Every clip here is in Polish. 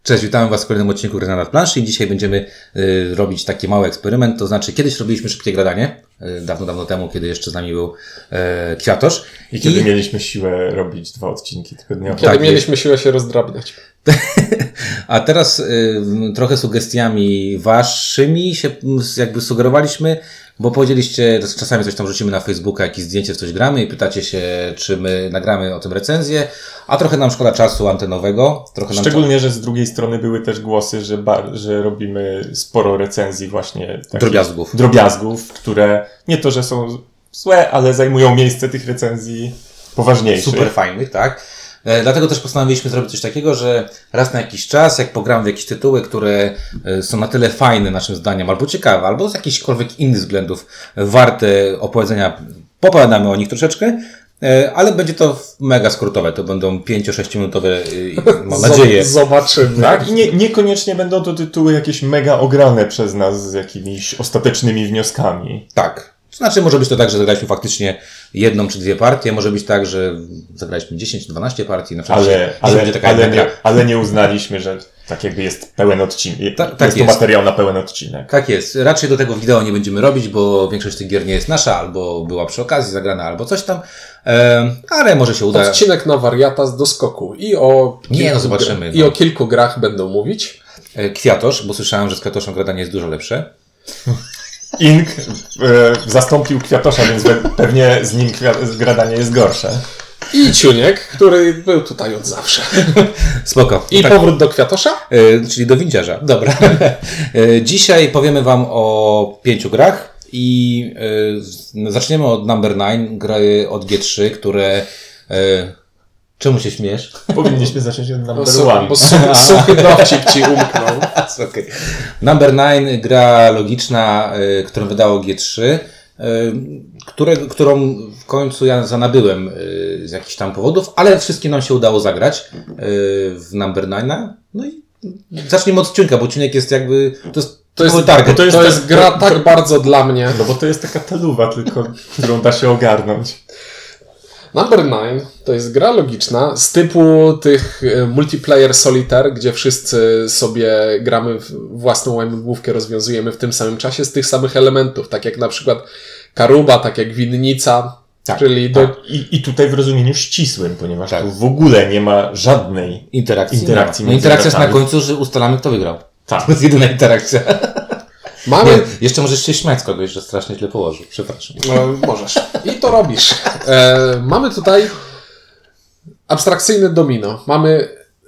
Cześć, witamy Was w kolejnym odcinku Gry na planszy i dzisiaj będziemy robić taki mały eksperyment, to znaczy kiedyś robiliśmy szybkie gradanie, dawno temu, kiedy jeszcze z nami był Kwiatosz. I kiedy mieliśmy siłę robić 2 odcinki tygodniowo. Kiedy mieliśmy siłę się rozdrabniać. A teraz trochę sugestiami waszymi się jakby sugerowaliśmy, bo powiedzieliście, czasami coś tam rzucimy na Facebooka, jakieś zdjęcie, w coś gramy i pytacie się, czy my nagramy o tym recenzję, a trochę nam szkoda czasu antenowego. Szczególnie, że z drugiej strony były też głosy, że robimy sporo recenzji właśnie drobiazgów, które nie to, że są złe, ale zajmują miejsce tych recenzji poważniejszych. Super fajnych, tak? Dlatego też postanowiliśmy zrobić coś takiego, że raz na jakiś czas, jak pogramy w jakieś tytuły, które są na tyle fajne naszym zdaniem, albo ciekawe, albo z jakichkolwiek innych względów warte opowiedzenia, popowiadamy o nich troszeczkę, ale będzie to mega skrótowe. To będą 5-6 minutowe, mam nadzieję. Zobaczymy. Tak? I niekoniecznie będą to tytuły jakieś mega ograne przez nas z jakimiś ostatecznymi wnioskami. Tak. Znaczy, może być to tak, że zagraliśmy faktycznie 1 czy 2 partie, może być tak, że zagraliśmy 10-12 partii. Na przykład ale nie uznaliśmy, że tak jakby jest pełen odcinek. Tak jest to materiał na pełen odcinek. Tak jest. Raczej do tego wideo nie będziemy robić, bo większość tych gier nie jest nasza, albo była przy okazji zagrana, albo coś tam. Ale może się uda. Odcinek na wariata z doskoku. Zobaczymy. I o kilku grach będą mówić. Kwiatosz, bo słyszałem, że z Kwiatoszem gradanie jest dużo lepsze. Ink zastąpił Kwiatosza, więc pewnie z nim gradanie jest gorsze. I Ciuniek, który był tutaj od zawsze. Spoko. I tak, powrót do Kwiatosza? Czyli do windziarza. Dobra. Dzisiaj powiemy Wam o 5 grach i zaczniemy od Number 9, gry od G3, które... Czemu się śmiesz? Powinniśmy zacząć od Number 1. Bo suchy dowcip ci umknął. Okay. Number 9, gra logiczna, którą wydało G3, którą w końcu ja zanabyłem z jakichś tam powodów, ale wszystkie nam się udało zagrać w Number 9. No i zacznijmy od Ciuńka, bo Ciunek jest jakby... To jest gra tak bardzo dla mnie. No bo to jest taka teluwa tylko, którą da się ogarnąć. Number 9 to jest gra logiczna z typu tych multiplayer solitaire, gdzie wszyscy sobie gramy w własną łamigłówkę, rozwiązujemy w tym samym czasie z tych samych elementów, tak jak na przykład Karuba, tak jak Winnica. Tak, czyli tak. I tutaj w rozumieniu ścisłym, ponieważ tu w ogóle nie ma żadnej interakcji. No, interakcja jest na końcu, że ustalamy, kto wygrał. Tak. To jest jedyna interakcja. Jeszcze możesz się śmiać z kogoś, że strasznie źle położył. Przepraszam. No, możesz. I to robisz. Mamy tutaj abstrakcyjne domino. Mamy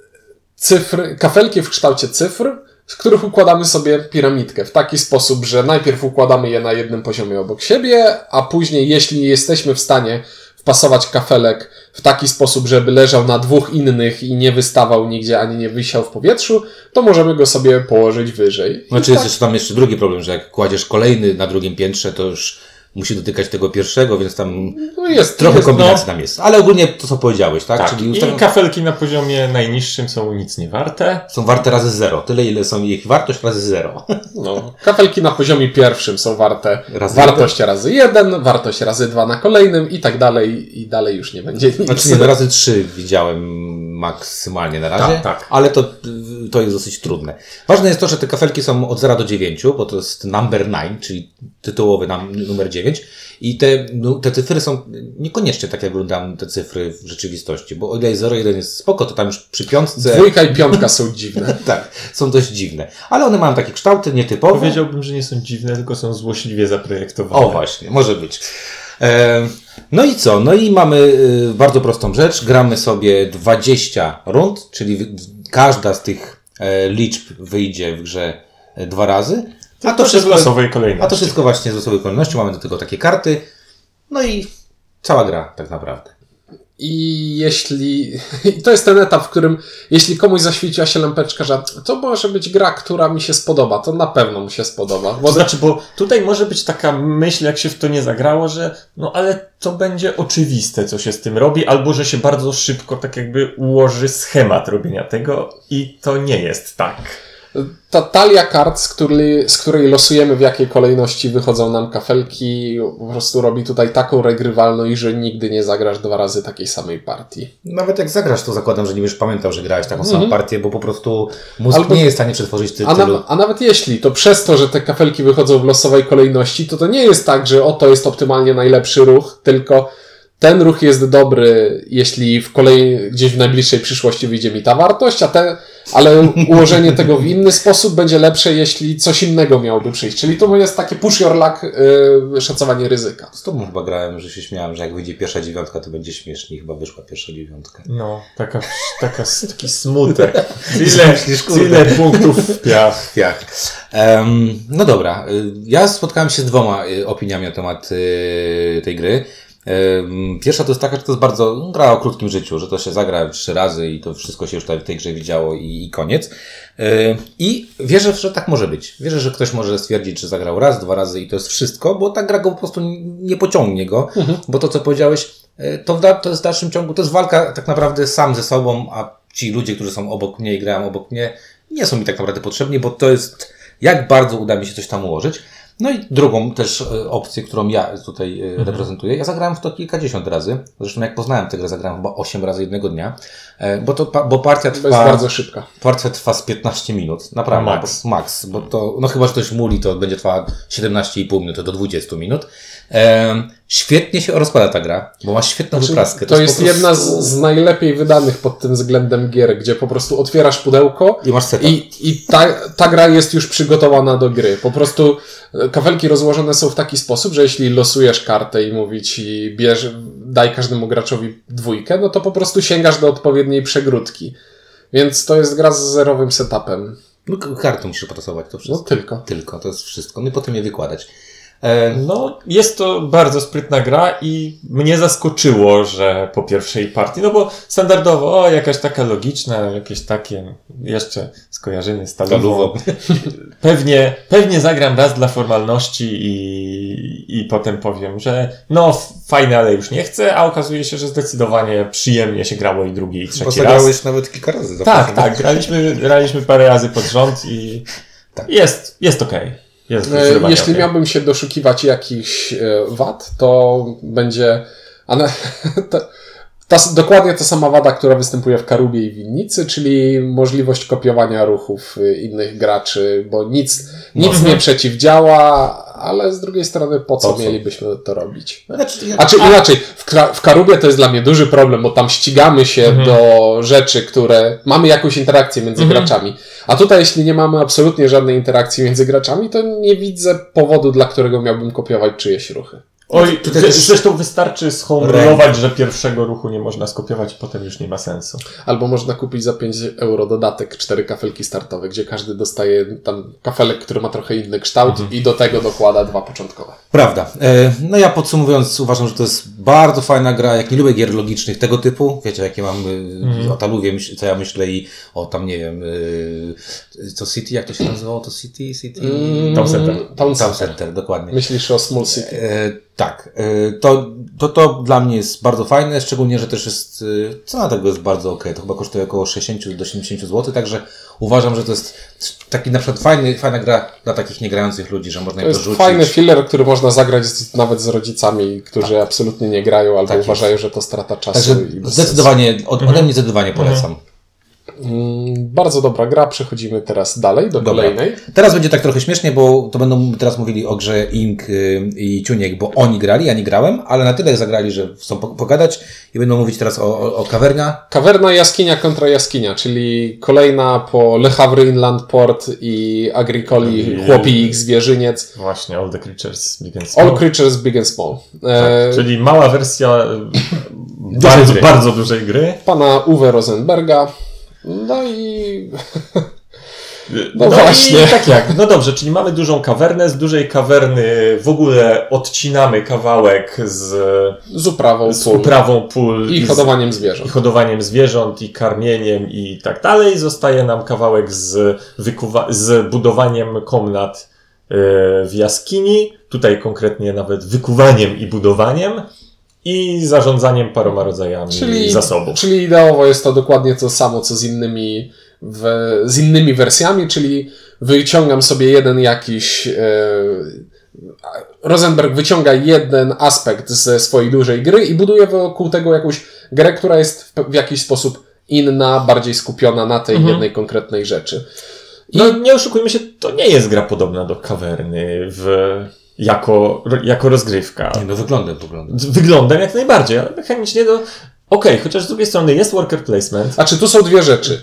kafelki w kształcie cyfr, z których układamy sobie piramidkę w taki sposób, że najpierw układamy je na jednym poziomie obok siebie, a później, jeśli jesteśmy w stanie wpasować kafelek w taki sposób, żeby leżał na 2 innych i nie wystawał nigdzie, ani nie wisiał w powietrzu, to możemy go sobie położyć wyżej. Znaczy jest jeszcze tam jeszcze drugi problem, że jak kładziesz kolejny na drugim piętrze, to już musi dotykać tego pierwszego, więc tam trochę kombinacji tam jest. Ale ogólnie to, co powiedziałeś, tak? Tak. Czyli i kafelki na poziomie najniższym są nic nie warte. Są warte razy 0. Tyle, ile są ich wartość razy 0. No, kafelki na poziomie pierwszym są warte wartość razy 1, wartość razy 2 na kolejnym i tak dalej. I dalej już nie będzie nic. Znaczy nie, razy 3 widziałem maksymalnie na razie, tak. Ale to jest dosyć trudne. Ważne jest to, że te kafelki są od 0 do 9, bo to jest number 9, czyli tytułowy numer 9. I te cyfry są niekoniecznie tak, jak wyglądają te cyfry w rzeczywistości, bo o ile 0,1 jest spoko, to tam już przy piątce... 2 i 5 są dziwne. Tak, są dość dziwne. Ale one mają takie kształty nietypowe. Powiedziałbym, że nie są dziwne, tylko są złośliwie zaprojektowane. O właśnie, może być. No i co? No i mamy bardzo prostą rzecz. Gramy sobie 20 rund, czyli każda z tych liczb wyjdzie w grze 2 razy. A to wszystko w losowej kolejności. A to wszystko właśnie z losowej kolejności. Mamy do tego takie karty. No i cała gra tak naprawdę. I to jest ten etap, w którym jeśli komuś zaświeciła się lampeczka, że to może być gra, która mi się spodoba, to na pewno mu się spodoba. Bo tutaj może być taka myśl, jak się w to nie zagrało, że ale to będzie oczywiste, co się z tym robi, albo że się bardzo szybko tak jakby ułoży schemat robienia tego i to nie jest tak. Ta talia kart, z której losujemy, w jakiej kolejności wychodzą nam kafelki, po prostu robi tutaj taką regrywalność, że nigdy nie zagrasz 2 razy takiej samej partii. Nawet jak zagrasz, to zakładam, że nie będziesz pamiętał, że grałeś taką samą partię, bo po prostu mózg nie jest w stanie przetworzyć tylu. A nawet jeśli, to przez to, że te kafelki wychodzą w losowej kolejności, to nie jest tak, że to jest optymalnie najlepszy ruch, tylko ten ruch jest dobry, jeśli gdzieś w najbliższej przyszłości wyjdzie mi ta wartość, ale ułożenie tego w inny sposób będzie lepsze, jeśli coś innego miałoby przyjść. Czyli to jest takie push your luck, szacowanie ryzyka. Z tobą chyba grałem, że się śmiałem, że jak wyjdzie pierwsza 9, to będzie śmiesznie. Chyba wyszła pierwsza 9. No, taki smutek. Tyle punktów w piach. No dobra. Ja spotkałem się z 2 opiniami na temat tej gry. Pierwsza to jest taka, że to jest bardzo gra o krótkim życiu, że to się zagra 3 razy i to wszystko się już tutaj w tej grze widziało i koniec. I wierzę, że tak może być. Wierzę, że ktoś może stwierdzić, że zagrał raz, 2 razy i to jest wszystko, bo ta gra go po prostu nie pociągnie go, bo to, co powiedziałeś, to jest w dalszym ciągu, to jest walka tak naprawdę sam ze sobą, a ci ludzie, którzy są obok mnie i grają obok mnie, nie są mi tak naprawdę potrzebni, bo to jest, jak bardzo uda mi się coś tam ułożyć. No i drugą też opcję, którą ja tutaj reprezentuję. Ja zagrałem w to kilkadziesiąt razy. Zresztą jak poznałem tę grę, zagrałem chyba 8 razy jednego dnia. Bo partia trwa... To jest bardzo szybka. Partia trwa z 15 minut. Naprawdę. Max. Bo to, no chyba, że ktoś muli, to będzie trwała 17,5 minut do 20 minut. Świetnie się rozkłada ta gra, bo ma świetną wypraskę. To jest jedna z najlepiej wydanych pod tym względem gier, gdzie po prostu otwierasz pudełko i masz setup. I ta gra jest już przygotowana do gry. Po prostu kafelki rozłożone są w taki sposób, że jeśli losujesz kartę i mówi ci daj każdemu graczowi 2, no to po prostu sięgasz do odpowiedniej przegródki. Więc to jest gra z zerowym setupem. No kartą musisz pracować, to wszystko. No tylko, to jest wszystko. No i potem je wykładać. No, jest to bardzo sprytna gra i mnie zaskoczyło, że po pierwszej partii, no bo standardowo, jakaś taka logiczna, jakieś takie jeszcze skojarzenie z talową. Pewnie zagram raz dla formalności i potem powiem, że no fajne, ale już nie chcę, a okazuje się, że zdecydowanie przyjemnie się grało i drugi, i trzeci raz. Zagrałeś nawet kilka razy. Tak, graliśmy parę razy pod rząd i tak. Jest okej. Jeśli miałbym się doszukiwać jakichś wad, to będzie dokładnie ta sama wada, która występuje w Karubie i Winnicy, czyli możliwość kopiowania ruchów innych graczy, bo nic nie przeciwdziała, ale z drugiej strony po co mielibyśmy to robić? Inaczej, w Karubie to jest dla mnie duży problem, bo tam ścigamy się do rzeczy, które mamy jakąś interakcję między graczami. A tutaj, jeśli nie mamy absolutnie żadnej interakcji między graczami, to nie widzę powodu, dla którego miałbym kopiować czyjeś ruchy. Oj, zresztą wystarczy schomerować, że pierwszego ruchu nie można skopiować i potem już nie ma sensu. Albo można kupić za 5 euro dodatek 4 kafelki startowe, gdzie każdy dostaje tam kafelek, który ma trochę inny kształt i do tego dokłada 2 początkowe. Prawda. No ja podsumowując uważam, że to jest bardzo fajna gra. Jak nie lubię gier logicznych tego typu, wiecie jakie mam o Taluwie, co ja myślę i o tam nie wiem, co City, jak to się nazywało? To City? Town Center, dokładnie. Myślisz o Small City? Tak. To dla mnie jest bardzo fajne, szczególnie, że też jest cena tego jest bardzo okej. To chyba kosztuje około 60 do 70 zł, także uważam, że to jest taki na przykład fajna gra dla takich niegrających ludzi, że można je to rzucić. To jest fajny filler, który można zagrać nawet z rodzicami, którzy absolutnie nie grają albo uważają, że to strata czasu. Także zdecydowanie, ode mnie zdecydowanie polecam. Bardzo dobra gra, przechodzimy teraz dalej do kolejnej. Teraz będzie tak trochę śmiesznie, bo to będą teraz mówili o grze Ink i Ciuniek, bo oni grali, ja nie grałem, ale na tyle zagrali, że chcą pogadać i będą mówić teraz o Kawernia. Kawerna, jaskinia kontra jaskinia, czyli kolejna po Le Havre Inland Port i Agricoli, Chłopi i ich zwierzyniec. Właśnie, All the Creatures Big and Small. All Creatures Big and Small. Tak, czyli mała wersja bardzo dużej gry. Pana Uwe Rosenberga. No i... No właśnie. I tak jak. No dobrze, czyli mamy dużą kawernę. Z dużej kawerny w ogóle odcinamy kawałek z uprawą pól. I hodowaniem zwierząt. I hodowaniem zwierząt, i karmieniem, i tak dalej. Zostaje nam kawałek z budowaniem komnat w jaskini. Tutaj konkretnie nawet wykuwaniem i budowaniem. I zarządzaniem paroma rodzajami zasobów. Czyli ideowo jest to dokładnie to samo, co z innymi z innymi wersjami, czyli wyciągam sobie jeden jakiś... Rosenberg wyciąga jeden aspekt ze swojej dużej gry i buduje wokół tego jakąś grę, która jest w jakiś sposób inna, bardziej skupiona na tej jednej konkretnej rzeczy. No nie oszukujmy się, to nie jest gra podobna do Kawerny jako rozgrywka. Nie, no wyglądem. Wyglądem jak najbardziej, ale mechanicznie to okej, chociaż z drugiej strony jest worker placement. A czy tu są dwie rzeczy?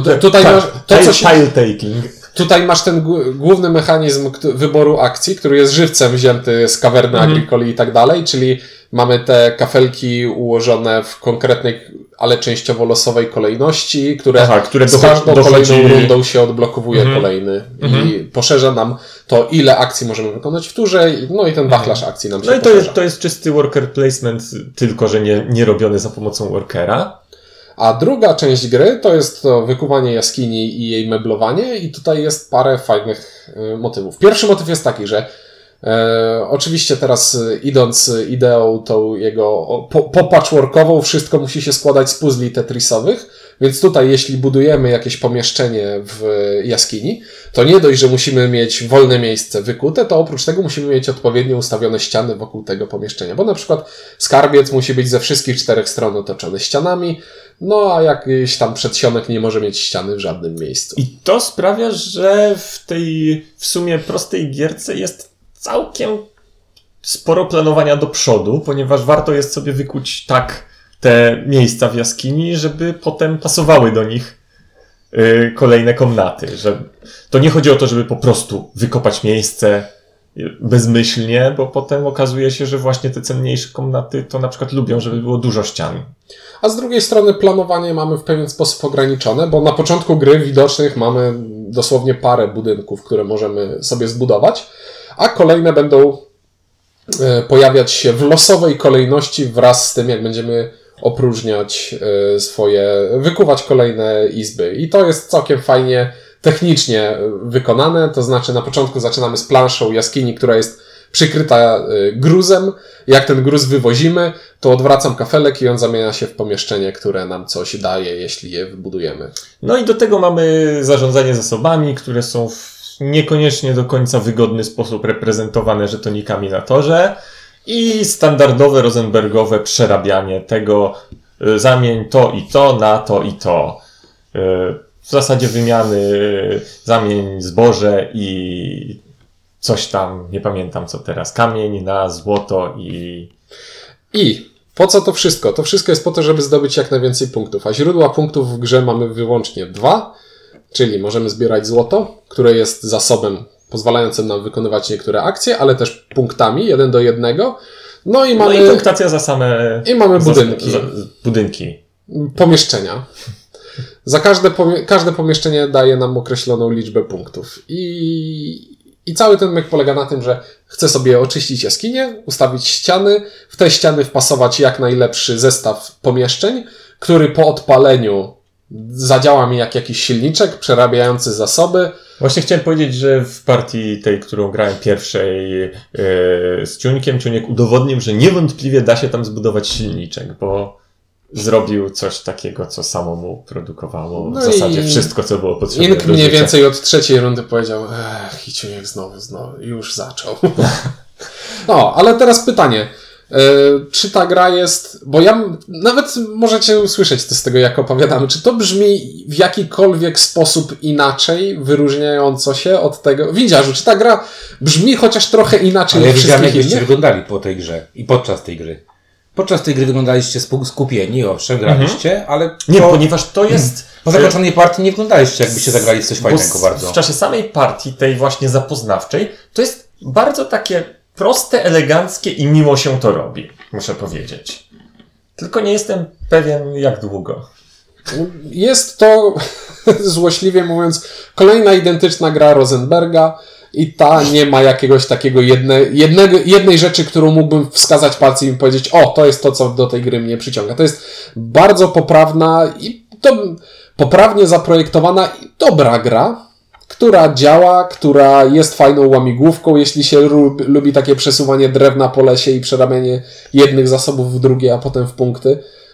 Tile taking. Tutaj masz ten główny mechanizm wyboru akcji, który jest żywcem wzięty z Caverny Agricoli i tak dalej, czyli mamy te kafelki ułożone w konkretnej, ale częściowo losowej kolejności, które z każdą kolejną rundą się odblokowuje kolejny i poszerza nam to, ile akcji możemy wykonać w turze, no i ten wachlarz akcji nam się poszerza. No i to jest czysty worker placement, tylko że nie robiony za pomocą workera. A druga część gry to jest to wykuwanie jaskini i jej meblowanie i tutaj jest parę fajnych motywów. Pierwszy motyw jest taki, że oczywiście teraz idąc ideą tą jego popatchworkową, wszystko musi się składać z puzli tetrisowych, więc tutaj jeśli budujemy jakieś pomieszczenie w jaskini, to nie dość, że musimy mieć wolne miejsce wykute, to oprócz tego musimy mieć odpowiednio ustawione ściany wokół tego pomieszczenia, bo na przykład skarbiec musi być ze wszystkich 4 stron otoczony ścianami, no a jakiś tam przedsionek nie może mieć ściany w żadnym miejscu. I to sprawia, że w tej w sumie prostej gierce jest całkiem sporo planowania do przodu, ponieważ warto jest sobie wykuć tak te miejsca w jaskini, żeby potem pasowały do nich kolejne komnaty. Że to nie chodzi o to, żeby po prostu wykopać miejsce bezmyślnie, bo potem okazuje się, że właśnie te cenniejsze komnaty to na przykład lubią, żeby było dużo ścian. A z drugiej strony planowanie mamy w pewien sposób ograniczone, bo na początku gry widocznych mamy dosłownie parę budynków, które możemy sobie zbudować, a kolejne będą pojawiać się w losowej kolejności wraz z tym, jak będziemy opróżniać wykuwać kolejne izby. I to jest całkiem fajnie technicznie wykonane, to znaczy na początku zaczynamy z planszą jaskini, która jest przykryta gruzem. Jak ten gruz wywozimy, to odwracam kafelek i on zamienia się w pomieszczenie, które nam coś daje, jeśli je wybudujemy. No i do tego mamy zarządzanie zasobami, które są w niekoniecznie do końca wygodny sposób reprezentowane żetonikami na torze i standardowe rosenbergowe przerabianie tego, zamień to i to na to i to. W zasadzie wymiany, zamień zboże i coś tam, nie pamiętam co teraz, kamień na złoto i po co to wszystko? To wszystko jest po to, żeby zdobyć jak najwięcej punktów, a źródła punktów w grze mamy wyłącznie 2, czyli możemy zbierać złoto, które jest zasobem pozwalającym nam wykonywać niektóre akcje, ale też punktami 1 do 1. No i mamy... No i punktacja za same... I mamy budynki. Budynki. Pomieszczenia. Za każde pomieszczenie daje nam określoną liczbę punktów. I cały ten myk polega na tym, że chcę sobie oczyścić jaskinię, ustawić ściany, w te ściany wpasować jak najlepszy zestaw pomieszczeń, który po odpaleniu zadziała mi jak jakiś silniczek przerabiający zasoby. Właśnie chciałem powiedzieć, że w partii tej, którą grałem pierwszej z Ciuniek udowodnił, że niewątpliwie da się tam zbudować silniczek, bo zrobił coś takiego, co samo mu produkowało w zasadzie wszystko, co było potrzebne. Ink mniej więcej od 3. rundy powiedział, i Ciuniek znowu, już zaczął. No, ale teraz pytanie. Czy ta gra jest, bo nawet możecie usłyszeć to z tego, jak opowiadamy, czy to brzmi w jakikolwiek sposób inaczej, wyróżniająco się od tego, Windziarzu, czy ta gra brzmi chociaż trochę inaczej od wszystkich innych? jakbyście wyglądali po tej grze i podczas tej gry. Podczas tej gry wyglądaliście skupieni, owszem, graliście, ale... Nie, ponieważ to jest... Po zakończonej partii nie wyglądaliście, jakbyście zagrali w coś fajnego bardzo. W czasie samej partii, tej właśnie zapoznawczej, to jest bardzo takie proste, eleganckie i miło się to robi, muszę powiedzieć. Tylko nie jestem pewien, jak długo. Jest to, złośliwie mówiąc, kolejna identyczna gra Rosenberga i ta nie ma jakiegoś takiego jednej rzeczy, którą mógłbym wskazać palcem i powiedzieć, to jest to, co do tej gry mnie przyciąga. To jest bardzo poprawna i poprawnie zaprojektowana i dobra gra, która działa, która jest fajną łamigłówką, jeśli się lubi takie przesuwanie drewna po lesie i przerabianie jednych zasobów w drugie, a potem w punkty.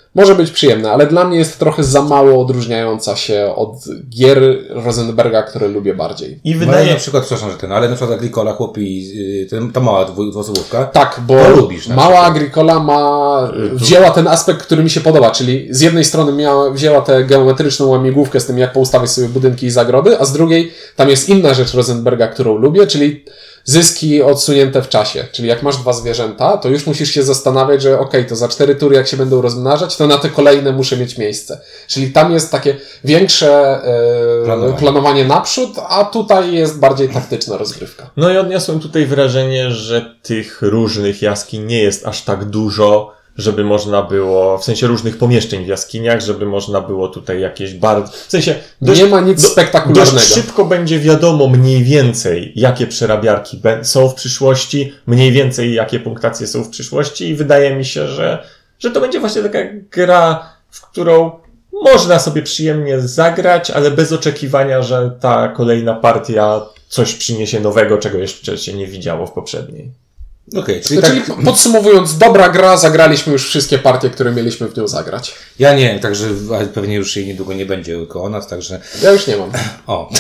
może być przyjemne, ale dla mnie jest trochę za mało odróżniająca się od gier Rosenberga, które lubię bardziej. I wydaje na przykład, przepraszam, że ale na przykład Agricola, chłopi, ta mała dwuosobówka. Tak, bo to lubisz, mała Agricola wzięła ten aspekt, który mi się podoba, czyli z jednej strony wzięła tę geometryczną łamigłówkę z tym, jak poustawić sobie budynki i zagrody, a z drugiej tam jest inna rzecz Rosenberga, którą lubię, czyli zyski odsunięte w czasie. Czyli jak masz 2 zwierzęta, to już musisz się zastanawiać, że to za 4 tury jak się będą rozmnażać, to na te kolejne muszę mieć miejsce. Czyli tam jest takie większe planowanie naprzód, a tutaj jest bardziej taktyczna rozgrywka. No i odniosłem tutaj wrażenie, że tych różnych jaskiń nie jest aż tak dużo, żeby można było, w sensie różnych pomieszczeń w jaskiniach, żeby można było tutaj jakieś bardzo... W sensie... nie ma nic spektakularnego. Dość szybko będzie wiadomo mniej więcej, jakie przerabiarki są w przyszłości, mniej więcej jakie punktacje są w przyszłości i wydaje mi się, że to będzie właśnie taka gra, w którą można sobie przyjemnie zagrać, ale bez oczekiwania, że ta kolejna partia coś przyniesie nowego, czego jeszcze się nie widziało w poprzedniej. Okej, czyli podsumowując, dobra gra, zagraliśmy już wszystkie partie, które mieliśmy w nią zagrać. Ja nie, także pewnie już jej niedługo nie będzie koło nas, także... Ja już nie mam. O.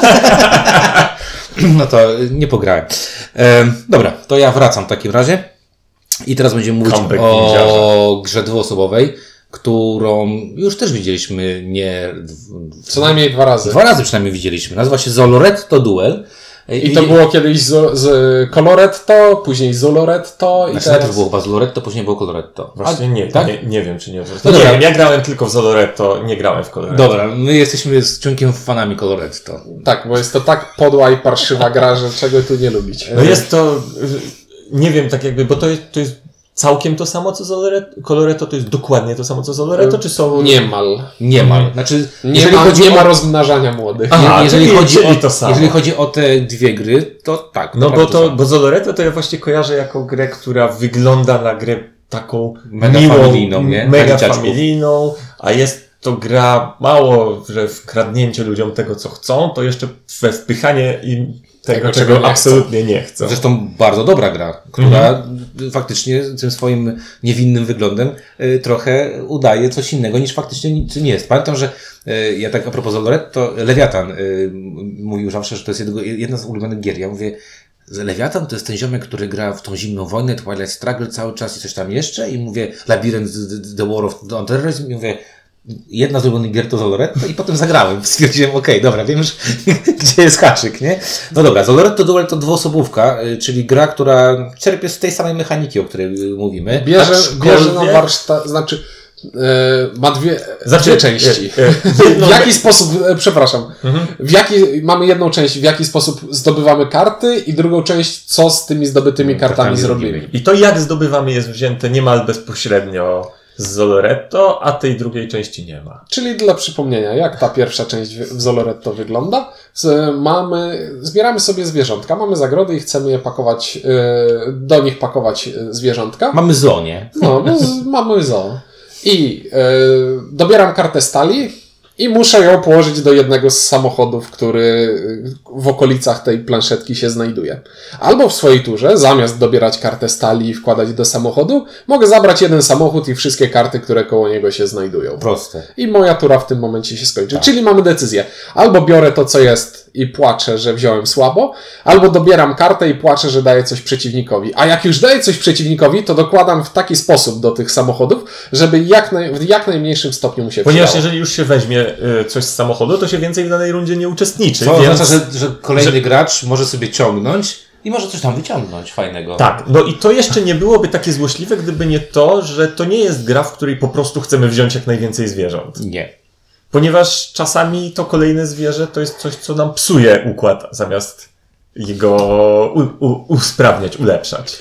No to nie pograłem. Dobra, to ja wracam w takim razie. I teraz będziemy mówić o grze dwuosobowej, którą już też widzieliśmy co najmniej 2 razy. 2 razy przynajmniej widzieliśmy. Nazywa się Zoloretto Duel. I to było kiedyś z Coloretto, później Zoloretto i teraz... Najpierw było chyba Zoloretto, później było Coloretto. Właśnie nie wiem, czy nie. No nie wiem, ja grałem tylko w Zoloretto, nie grałem w Coloretto. Dobra, my jesteśmy z członkiem fanami Coloretto. Tak, bo jest to tak podła i parszywa gra, że czego tu nie lubić. No jest to, nie wiem, tak jakby, bo to jest całkiem to samo co Zoloretto? Coloretto to jest dokładnie to samo co Zoloretto, czy są... Niemal. Znaczy, nie ma rozmnażania młodych. Jeżeli chodzi o te 2 gry, to tak. No bo Zoloretto to ja właśnie kojarzę jako grę, która wygląda na grę taką mega familijną, a jest to gra mało, że wkradnięcie ludziom tego, co chcą, to jeszcze we wpychanie im tego, czego absolutnie nie chcą. Zresztą bardzo dobra gra, która faktycznie tym swoim niewinnym wyglądem trochę udaje coś innego niż faktycznie nie jest. Pamiętam, że ja tak a propos Zoloretto, Lewiatan mówił zawsze, że to jest jedna z ulubionych gier. Ja mówię, Lewiatan to jest ten ziomek, który gra w tą zimną wojnę, Twilight Struggle cały czas i coś tam jeszcze i mówię Labyrinth, The War of Terrorism i mówię jedna z ulubionych gier to Zoloretto i potem zagrałem. Stwierdziłem, dobra, wiem już gdzie jest haczyk, nie? No dobra, Zoloretto Duel to dwuosobówka, czyli gra, która czerpie z tej samej mechaniki, o której mówimy. Bierze na warsztat, ma dwie części. W jaki sposób, przepraszam, mamy jedną część, w jaki sposób zdobywamy karty i drugą część, co z tymi zdobytymi kartami zrobimy. I to jak zdobywamy jest wzięte niemal bezpośrednio z Zoloretto, a tej drugiej części nie ma. Czyli dla przypomnienia, jak ta pierwsza część w Zoloretto wygląda. Zbieramy sobie zwierzątka, mamy zagrody i chcemy je pakować, do nich pakować zwierzątka. Mamy zoo, nie? No, mamy zoo. I dobieram kartę stali i muszę ją położyć do jednego z samochodów, który w okolicach tej planszetki się znajduje. Albo w swojej turze, zamiast dobierać kartę stali i wkładać do samochodu, mogę zabrać jeden samochód i wszystkie karty, które koło niego się znajdują. Proste. I moja tura w tym momencie się skończy. Tak. Czyli mamy decyzję. Albo biorę to, co jest i płaczę, że wziąłem słabo, albo dobieram kartę i płaczę, że daję coś przeciwnikowi. A jak już daję coś przeciwnikowi, to dokładam w taki sposób do tych samochodów, żeby w jak najmniejszym stopniu mu się Ponieważ przydało. jeżeli już się weźmie coś z samochodu, to się więcej w danej rundzie nie uczestniczy. Co oznacza, że kolejny gracz może sobie ciągnąć i może coś tam wyciągnąć fajnego. Tak, no i to jeszcze nie byłoby takie złośliwe, gdyby nie to, że to nie jest gra, w której po prostu chcemy wziąć jak najwięcej zwierząt. Nie. Ponieważ czasami to kolejne zwierzę to jest coś, co nam psuje układ, zamiast jego usprawniać, ulepszać.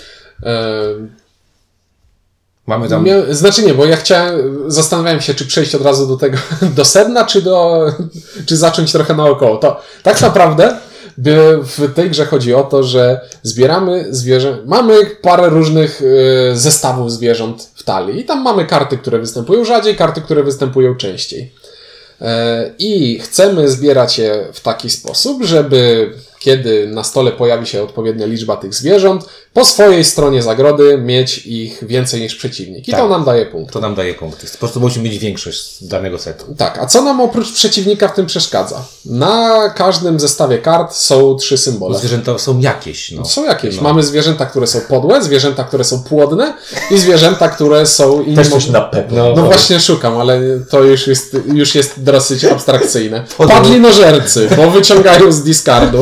Mamy tam... bo ja zastanawiałem się, czy przejść od razu do tego, do sedna, czy zacząć trochę naokoło. To tak naprawdę w tej grze chodzi o to, że zbieramy zwierzę, mamy parę różnych zestawów zwierząt w talii i tam mamy karty, które występują rzadziej, karty, które występują częściej. I chcemy zbierać je w taki sposób, żeby kiedy na stole pojawi się odpowiednia liczba tych zwierząt, po swojej stronie zagrody mieć ich więcej niż przeciwnik. I to nam daje punkt. To nam daje punkty. Po prostu musimy mieć większość z danego setu. Tak, a co nam oprócz przeciwnika w tym przeszkadza? Na każdym zestawie kart są 3 symbole. Zwierzęta są jakieś. No. Są jakieś. No. Mamy zwierzęta, które są podłe, zwierzęta, które są płodne i zwierzęta, które są... Też coś na pewno. No właśnie szukam, ale to już jest dosyć abstrakcyjne. Padlinożercy, bo wyciągają z discardu.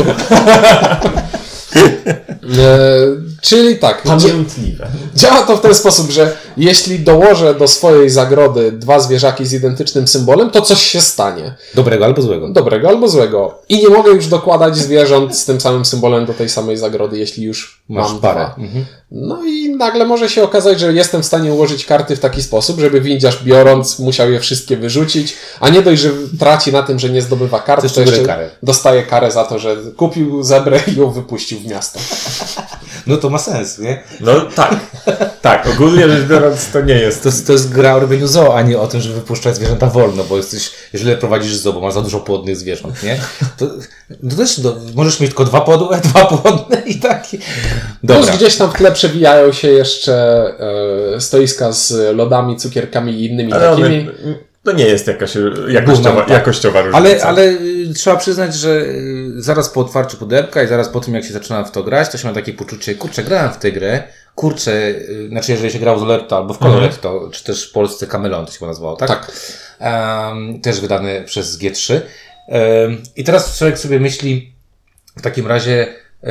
Czyli tak. Pamiętliwe. Działa to w ten sposób, że jeśli dołożę do swojej zagrody 2 zwierzaki z identycznym symbolem, to coś się stanie. Dobrego albo złego. Dobrego albo złego. I nie mogę już dokładać zwierząt z tym samym symbolem do tej samej zagrody, jeśli już mam parę. No i nagle może się okazać, że jestem w stanie ułożyć karty w taki sposób, żeby windziarz biorąc musiał je wszystkie wyrzucić, a nie dość, że traci na tym, że nie zdobywa kart, to jeszcze dostaje karę za to, że kupił zebrę i ją wypuścił w miasto. No to ma sens, nie? No tak. Tak, ogólnie rzecz biorąc to nie jest. To jest gra o robieniu zoo, a nie o tym, żeby wypuszczać zwierzęta wolno, bo źle prowadzisz zoo, bo masz za dużo płodnych zwierząt, nie? To też możesz mieć tylko 2 podłe, 2 płodne i takie. Dobra. Plus gdzieś tam w tle przewijają się jeszcze stoiska z lodami, cukierkami i innymi takimi. To nie jest jakaś jakościowa różnica. Ale trzeba przyznać, że zaraz po otwarciu pudełka i zaraz po tym, jak się zaczynałem w to grać, to się ma takie poczucie, kurczę, grałem w tę grę, znaczy jeżeli się grał w Zoletto albo w Coloretto, czy też w Polsce Camelon to się nazywało, tak? Tak. Też wydany przez G3. I teraz człowiek sobie myśli, w takim razie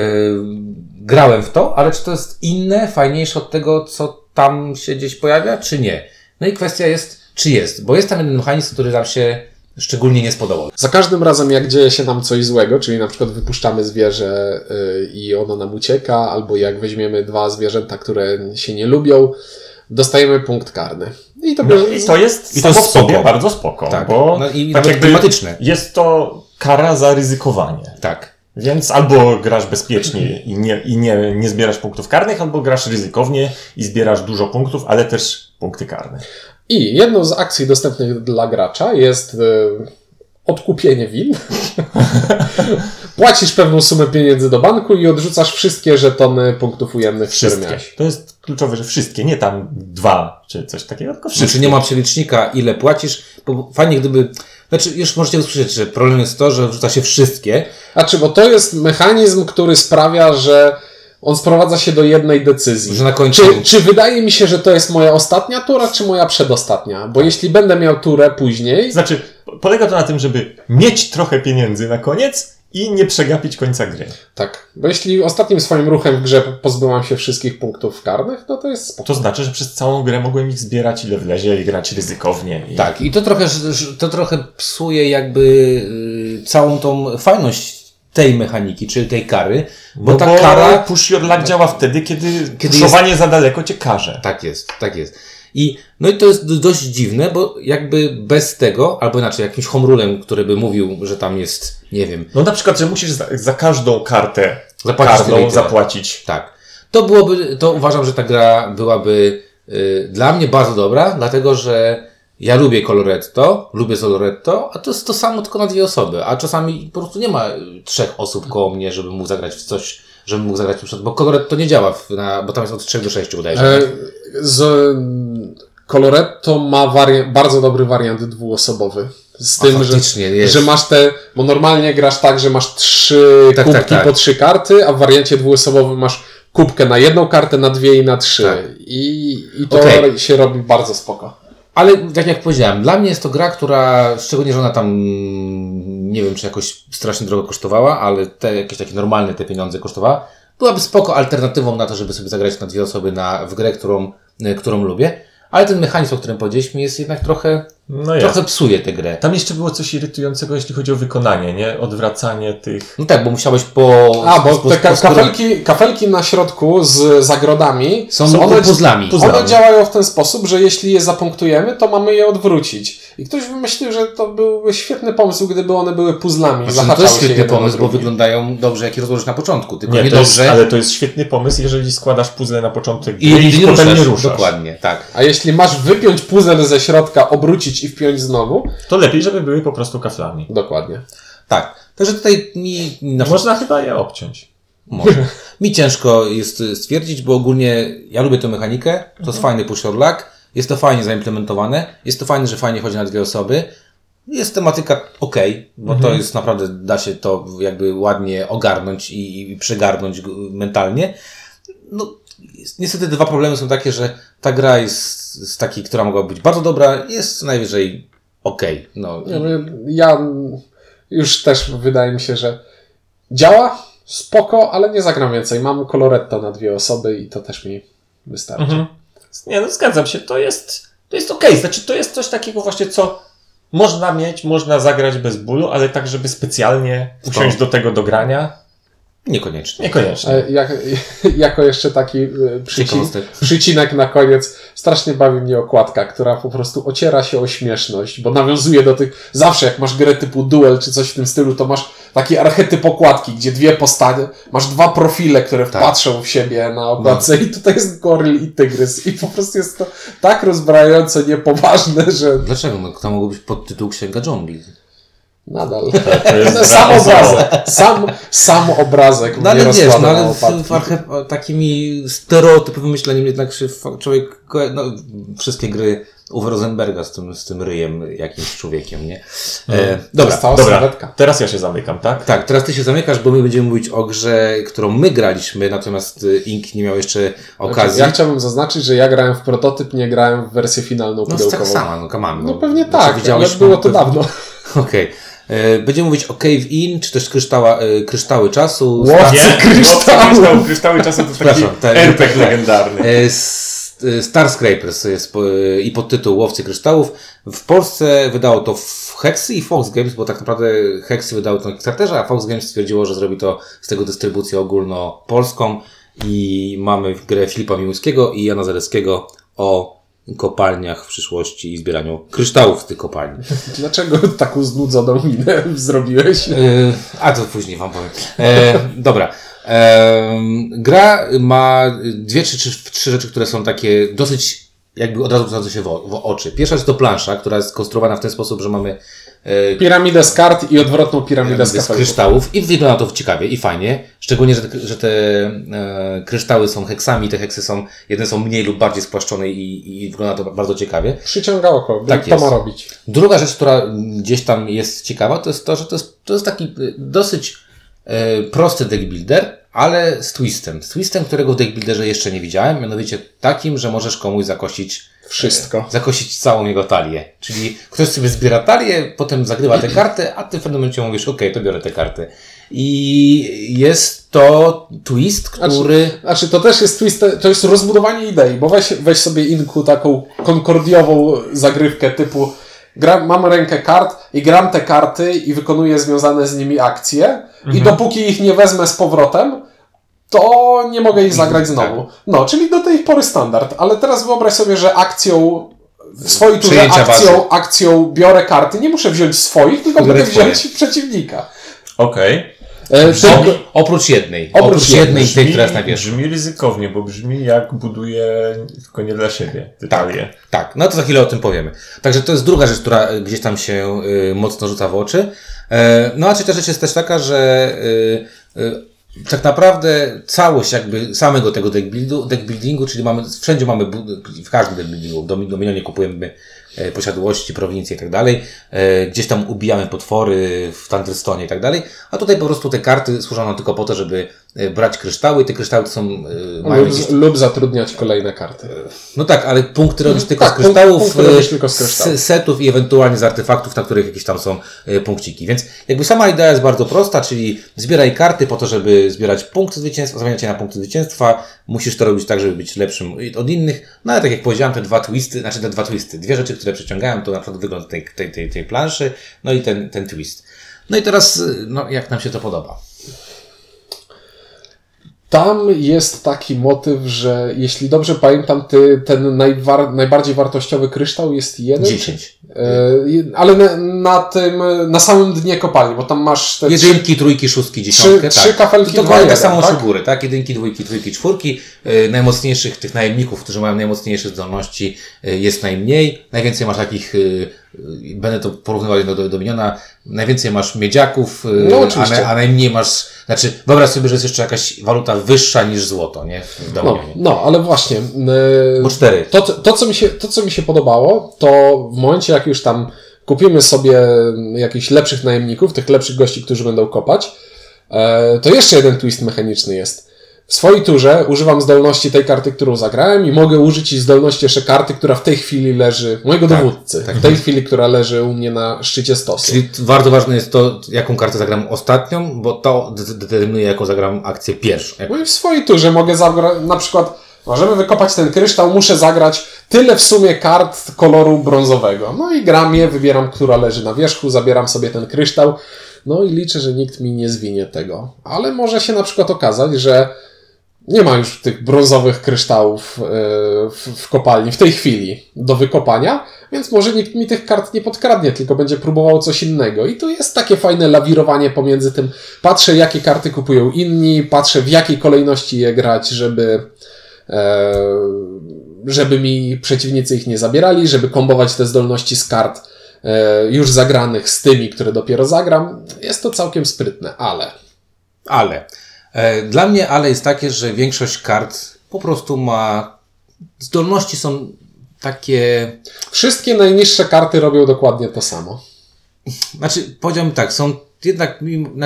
grałem w to, ale czy to jest inne, fajniejsze od tego, co tam się gdzieś pojawia, czy nie? No i kwestia jest, czy jest, bo jest tam jeden mechanizm, który nam się szczególnie nie spodobał. Za każdym razem, jak dzieje się nam coś złego, czyli na przykład wypuszczamy zwierzę i ono nam ucieka, albo jak weźmiemy 2 zwierzęta, które się nie lubią, dostajemy punkt karny. I to jest samo w sobie bardzo spoko, tak, bo i tak jakby klimatyczne. Jest to kara za ryzykowanie. Tak. Więc albo grasz bezpiecznie i nie zbierasz punktów karnych, albo grasz ryzykownie i zbierasz dużo punktów, ale też punkty karne. I jedną z akcji dostępnych dla gracza jest odkupienie win. Płacisz pewną sumę pieniędzy do banku i odrzucasz wszystkie żetony punktów ujemnych, które miałeś. To jest kluczowe, że wszystkie, nie tam 2 czy coś takiego, tylko wszystkie. Znaczy nie ma przelicznika, ile płacisz, bo fajnie gdyby... Znaczy już możecie usłyszeć, że problem jest to, że wrzuca się wszystkie. Bo to jest mechanizm, który sprawia, że on sprowadza się do jednej decyzji. Że na końcu... Czy wydaje mi się, że to jest moja ostatnia tura, czy moja przedostatnia? Bo jeśli będę miał turę później... Znaczy, polega to na tym, żeby mieć trochę pieniędzy na koniec i nie przegapić końca gry. Tak, bo jeśli ostatnim swoim ruchem w grze pozbyłam się wszystkich punktów karnych, to jest spoko. To znaczy, że przez całą grę mogłem ich zbierać ile wlezie i grać ryzykownie. Tak, i to trochę psuje jakby całą tą fajność tej mechaniki, czyli tej kary, bo ta kara... Push Your Luck działa wtedy, kiedy puszowanie za daleko cię karze. Tak jest. I to jest dość dziwne, bo jakby bez tego, albo inaczej jakimś home-rulem, który by mówił, że tam jest, nie wiem... No na przykład, że musisz za każdą kartę zapłacić. Tak. To uważam, że ta gra byłaby dla mnie bardzo dobra, dlatego że ja lubię Coloretto, lubię Zoletto, a to jest to samo tylko na 2 osoby, a czasami po prostu nie ma 3 osób koło mnie, żeby mógł zagrać w coś, żebym mógł zagrać, bo Coloretto nie działa, bo tam jest od 3 do 6 bodajże. Coloretto ma bardzo dobry wariant 2-osobowy. Z tym, że masz bo normalnie grasz tak, że masz 3 kubki po 3 karty, a w wariancie 2-osobowym masz kubkę na 1 kartę, na 2 i na 3. Tak. I to się robi bardzo spoko. Ale tak jak powiedziałem, dla mnie jest to gra, która, szczególnie, że ona tam, nie wiem, czy jakoś strasznie drogo kosztowała, ale jakieś takie normalne te pieniądze kosztowała, byłaby spoko alternatywą na to, żeby sobie zagrać na 2 osoby w grę, którą lubię. Ale ten mechanizm, o którym powiedzieliśmy, jest jednak trochę psuje tę grę. Tam jeszcze było coś irytującego, jeśli chodzi o wykonanie, nie? Odwracanie tych... No tak, bo musiałeś kafelki na środku z zagrodami są puzzlami. One działają w ten sposób, że jeśli je zapunktujemy, to mamy je odwrócić. I ktoś wymyślił, że to byłby świetny pomysł, gdyby one były puzzlami. To jest świetny pomysł, bo wyglądają dobrze, jak je rozłożysz na początku. Tylko ale to jest świetny pomysł, jeżeli składasz puzzle na początek i potem nie ruszasz. Dokładnie, tak. A jeśli masz wypiąć puzzle ze środka, obrócić i wpiąć znowu, to lepiej, żeby były po prostu kaflami. Dokładnie. Tak. Także tutaj Można chyba je obciąć. Może. Mi ciężko jest stwierdzić, bo ogólnie ja lubię tę mechanikę, to jest fajny push or luck, jest to fajnie zaimplementowane, jest to fajne, że fajnie chodzi na 2 osoby, jest tematyka okej, bo to jest naprawdę, da się to jakby ładnie ogarnąć i przegarnąć mentalnie. No, niestety 2 problemy są takie, że ta gra jest z takiej, która mogła być bardzo dobra, jest najwyżej okej. No. Ja już też wydaje mi się, że działa, spoko, ale nie zagram więcej. Mam Coloretto na 2 osoby i to też mi wystarczy. Nie, no zgadzam się, to jest okej. Znaczy to jest coś takiego właśnie, co można mieć, można zagrać bez bólu, ale tak, żeby specjalnie usiąść do tego do grania. Niekoniecznie. Jako jeszcze taki przycinek na koniec. Strasznie bawi mnie okładka, która po prostu ociera się o śmieszność, bo nawiązuje do tych... Zawsze jak masz grę typu Duel czy coś w tym stylu, to masz taki archetyp okładki, gdzie 2 postacie, masz 2 profile, które patrzą w siebie na okładce i tutaj jest goryl i tygrys i po prostu jest to tak rozbrajająco niepoważne, że... Dlaczego? No, to mógł być podtytuł Księga Dżungli. Nadal. Sam obrazek. Sam obrazek. No ale wiesz, no ale takimi stereotypowym myśleniem jednak się człowiek, no, wszystkie gry Uwe Rosenberga z tym ryjem jakimś człowiekiem, nie? Dobra. Teraz ja się zamykam, tak? Tak, teraz ty się zamykasz, bo my będziemy mówić o grze, którą my graliśmy, natomiast Ink nie miał jeszcze okazji. Ja chciałbym zaznaczyć, że ja grałem w prototyp, nie grałem w wersję finalną pudełkową. No tak sama, no come on. No pewnie tak, ale było to dawno. Okej. Będziemy mówić o Cave In, czy też Kryształy Czasu. Kryształy Czasu to taki RPG legendarny. Starscrapers jest i podtytuł Łowcy Kryształów. W Polsce wydało to Hexy i Fox Games, bo tak naprawdę Hexy wydało to na Kickstarterze, a Fox Games stwierdziło, że zrobi to z tego dystrybucję ogólnopolską i mamy grę Filipa Miłuskiego i Jana Zaleckiego o kopalniach w przyszłości i zbieraniu kryształów z tych kopalni. Dlaczego taką znudzoną minę zrobiłeś? A to później wam powiem. Dobra. Gra ma 2 czy 3 rzeczy, które są takie dosyć jakby od razu rzucające się w oczy. Pierwsza jest to plansza, która jest konstruowana w ten sposób, że mamy piramidę z kart i odwrotną piramidę z kryształów i wygląda to ciekawie i fajnie. Szczególnie, że te kryształy są heksami, te heksy są, jedne są mniej lub bardziej spłaszczone i wygląda to bardzo ciekawie. Przyciąga oko, tak to ma robić. Druga rzecz, która gdzieś tam jest ciekawa, to jest to, że to jest taki dosyć prosty deck builder, ale z twistem. Z twistem, którego w deck builderze jeszcze nie widziałem, mianowicie takim, że możesz komuś zakosić wszystko. Zakosić całą jego talię. Czyli ktoś sobie zbiera talię, potem zagrywa tę kartę, a ty w pewnym momencie mówisz, okej, to biorę tę kartę. I jest to twist, który... Znaczy to też jest twist, to jest rozbudowanie idei, bo weź sobie Inku taką konkordiową zagrywkę typu mam rękę kart i gram te karty i wykonuję związane z nimi akcje i dopóki ich nie wezmę z powrotem, to nie mogę ich zagrać znowu. No, czyli do tej pory standard. Ale teraz wyobraź sobie, że akcją w swojej turze akcją biorę karty. Nie muszę wziąć swoich, tylko będę wziąć przeciwnika. Okej. Oprócz jednej. Oprócz jednej tej, która jest na wierzchu. Brzmi ryzykownie, bo brzmi jak buduję tylko nie dla siebie. Tak, no to za chwilę o tym powiemy. Także to jest druga rzecz, która gdzieś tam się mocno rzuca w oczy. No a trzecia rzecz jest też taka, że tak naprawdę całość jakby samego tego deck buildingu, czyli wszędzie mamy, w każdym deck buildingu, w Dominionie kupujemy posiadłości, prowincje i tak dalej, gdzieś tam ubijamy potwory w Thunderstone i tak dalej, a tutaj po prostu te karty służą nam tylko po to, żeby brać kryształy i te kryształy to są... lub zatrudniać kolejne karty. No tak, ale punkty robisz tylko z kryształów, setów i ewentualnie z artefaktów, na których jakieś tam są punkciki. Więc jakby sama idea jest bardzo prosta, czyli zbieraj karty po to, żeby zbierać punkty zwycięstwa, zamieniać je na punkty zwycięstwa. Musisz to robić tak, żeby być lepszym od innych. No ale tak jak powiedziałem, te dwa twisty, dwie rzeczy, które przyciągają, to na przykład wygląd tej planszy, no i ten twist. No i teraz, no jak nam się to podoba? Tam jest taki motyw, że jeśli dobrze pamiętam, ten najbardziej wartościowy kryształ jest 1. 10. Ale na samym dnie kopalni, bo tam masz te jedynki, trójki, szóstki, dziesiątkę. trzy kafelki, to dokładnie tak samo tak? u góry, tak? Jedynki, dwójki, trójki, czwórki. Najmocniejszych tych najemników, którzy mają najmocniejsze zdolności, jest najmniej. Najwięcej masz takich, będę to porównywał do Miniona, najwięcej masz miedziaków, a najmniej masz, znaczy wyobraź sobie, że jest jeszcze jakaś waluta wyższa niż złoto, nie? W Dominionie. No, ale właśnie. Bo 4. To, co mi się podobało, to w momencie, jak już tam kupimy sobie jakichś lepszych najemników, tych lepszych gości, którzy będą kopać, to jeszcze jeden twist mechaniczny jest. W swojej turze używam zdolności tej karty, którą zagrałem i mogę użyć i zdolności jeszcze karty, która w tej chwili leży, mojego dowódcy, w tej chwili, która leży u mnie na szczycie stosu. Czyli bardzo ważne jest to, jaką kartę zagram ostatnią, bo to determinuje, jaką zagram akcję pierwszą. No i w swojej turze mogę zagrać, na przykład, żeby wykopać ten kryształ, muszę zagrać tyle w sumie kart koloru brązowego. No i gram je, wybieram, która leży na wierzchu, zabieram sobie ten kryształ, no i liczę, że nikt mi nie zwinie tego. Ale może się na przykład okazać, że nie ma już tych brązowych kryształów w kopalni w tej chwili do wykopania, więc może nikt mi tych kart nie podkradnie, tylko będzie próbował coś innego. I tu jest takie fajne lawirowanie pomiędzy tym. Patrzę, jakie karty kupują inni, patrzę, w jakiej kolejności je grać, żeby mi przeciwnicy ich nie zabierali, żeby kombować te zdolności z kart już zagranych z tymi, które dopiero zagram. Jest to całkiem sprytne, ale... Dla mnie jest takie, że większość kart po prostu ma... Zdolności są takie... Wszystkie najniższe karty robią dokładnie to samo. Znaczy, powiedziałbym tak, są jednak...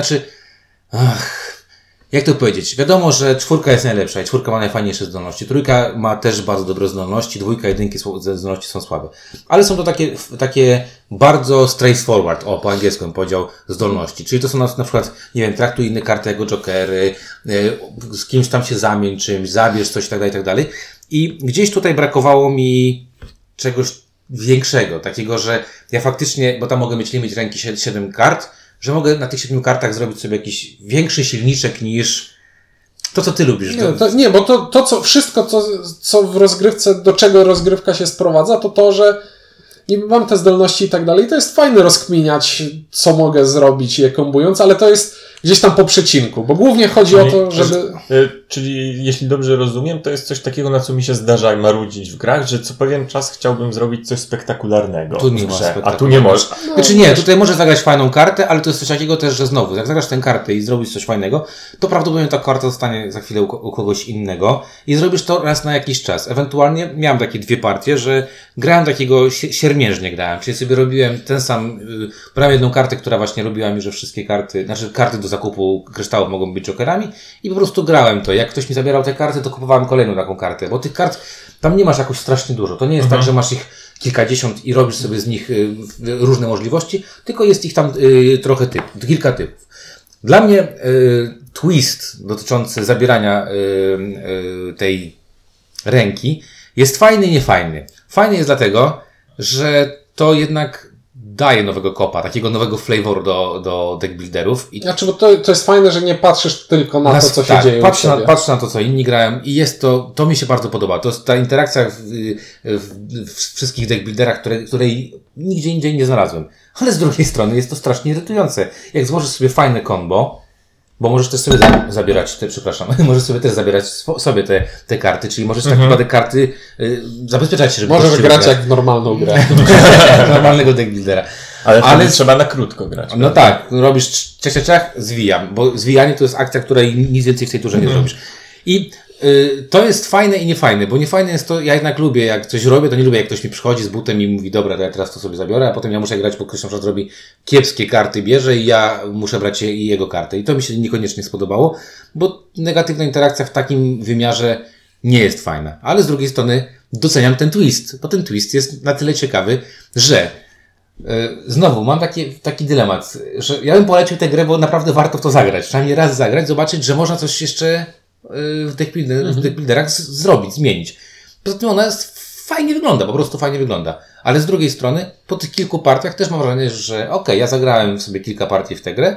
Jak to powiedzieć? Wiadomo, że 4 jest najlepsza i 4 ma najfajniejsze zdolności. 3 ma też bardzo dobre zdolności, 2, 1 zdolności są słabe. Ale są to takie bardzo straightforward, po angielsku bym powiedział, zdolności. Czyli to są na przykład, nie wiem, traktuj inne karty jako jokery, z kimś tam się zamień czymś, zabierz coś i tak dalej. I gdzieś tutaj brakowało mi czegoś większego, takiego, że ja faktycznie, bo tam mogę mieć limit ręki 7 kart, że mogę na tych 7 kartach zrobić sobie jakiś większy silniczek niż to, co ty lubisz. Bo to co, wszystko, co w rozgrywce, do czego rozgrywka się sprowadza, to, że niby mam te zdolności i tak dalej, to jest fajne rozkminiać, co mogę zrobić je kombując, ale to jest gdzieś tam po przecinku, bo głównie chodzi o to, żeby... Czyli jeśli dobrze rozumiem, to jest coś takiego, na co mi się zdarza marudzić w grach, że co pewien czas chciałbym zrobić coś spektakularnego. Tu nie ma a tu nie możesz. Znaczy nie, tutaj możesz zagrać fajną kartę, ale to jest coś takiego też, że znowu, jak zagrasz tę kartę i zrobisz coś fajnego, to prawdopodobnie ta karta zostanie za chwilę u kogoś innego i zrobisz to raz na jakiś czas. Ewentualnie miałem takie 2 partie, że grałem takiego siermiężnie grałem, czyli sobie robiłem ten sam, brałem jedną kartę, która właśnie robiła mi, że wszystkie karty, znaczy karty do zakupu kryształów mogą być jokerami i po prostu grałem to. Jak ktoś mi zabierał te karty, to kupowałem kolejną taką kartę, bo tych kart tam nie masz jakoś strasznie dużo. To nie jest tak, że masz ich kilkadziesiąt i robisz sobie z nich różne możliwości, tylko jest ich tam trochę kilka typów. Dla mnie twist dotyczący zabierania tej ręki jest fajny i niefajny. Fajny jest dlatego, że to jednak daje nowego kopa, takiego nowego flavor do deckbuilderów. Znaczy, bo to jest fajne, że nie patrzysz tylko na to, co się dzieje. Patrz na to, co inni grają i jest to mi się bardzo podoba. To jest ta interakcja w wszystkich deckbuilderach, której nigdzie indziej nie znalazłem. Ale z drugiej strony jest to strasznie irytujące. Jak złożysz sobie fajne combo, bo możesz też sobie możesz sobie też zabierać sobie te karty, czyli możesz tak naprawdę karty zabezpieczać się, żeby... Możesz grać jak w normalną grę. Normalnego deckbuildera. Ale trzeba na krótko grać. No tak, robisz ciach, zwijam, bo zwijanie to jest akcja, której nic więcej w tej turze nie zrobisz. I to jest fajne i niefajne, bo niefajne jest to, ja jednak lubię, jak coś robię, to nie lubię, jak ktoś mi przychodzi z butem i mówi, dobra, to ja teraz to sobie zabiorę, a potem ja muszę grać, bo ktoś na przykład robi kiepskie karty, bierze i ja muszę brać jego kartę. I to mi się niekoniecznie spodobało, bo negatywna interakcja w takim wymiarze nie jest fajna. Ale z drugiej strony doceniam ten twist, bo ten twist jest na tyle ciekawy, że znowu mam taki dylemat, że ja bym polecił tę grę, bo naprawdę warto w to zagrać. Przynajmniej raz zagrać, zobaczyć, że można coś jeszcze w deckbuilderach zrobić, zmienić. Poza tym ona fajnie wygląda, po prostu fajnie wygląda. Ale z drugiej strony, po tych kilku partiach też mam wrażenie, że ja zagrałem sobie kilka partii w tę grę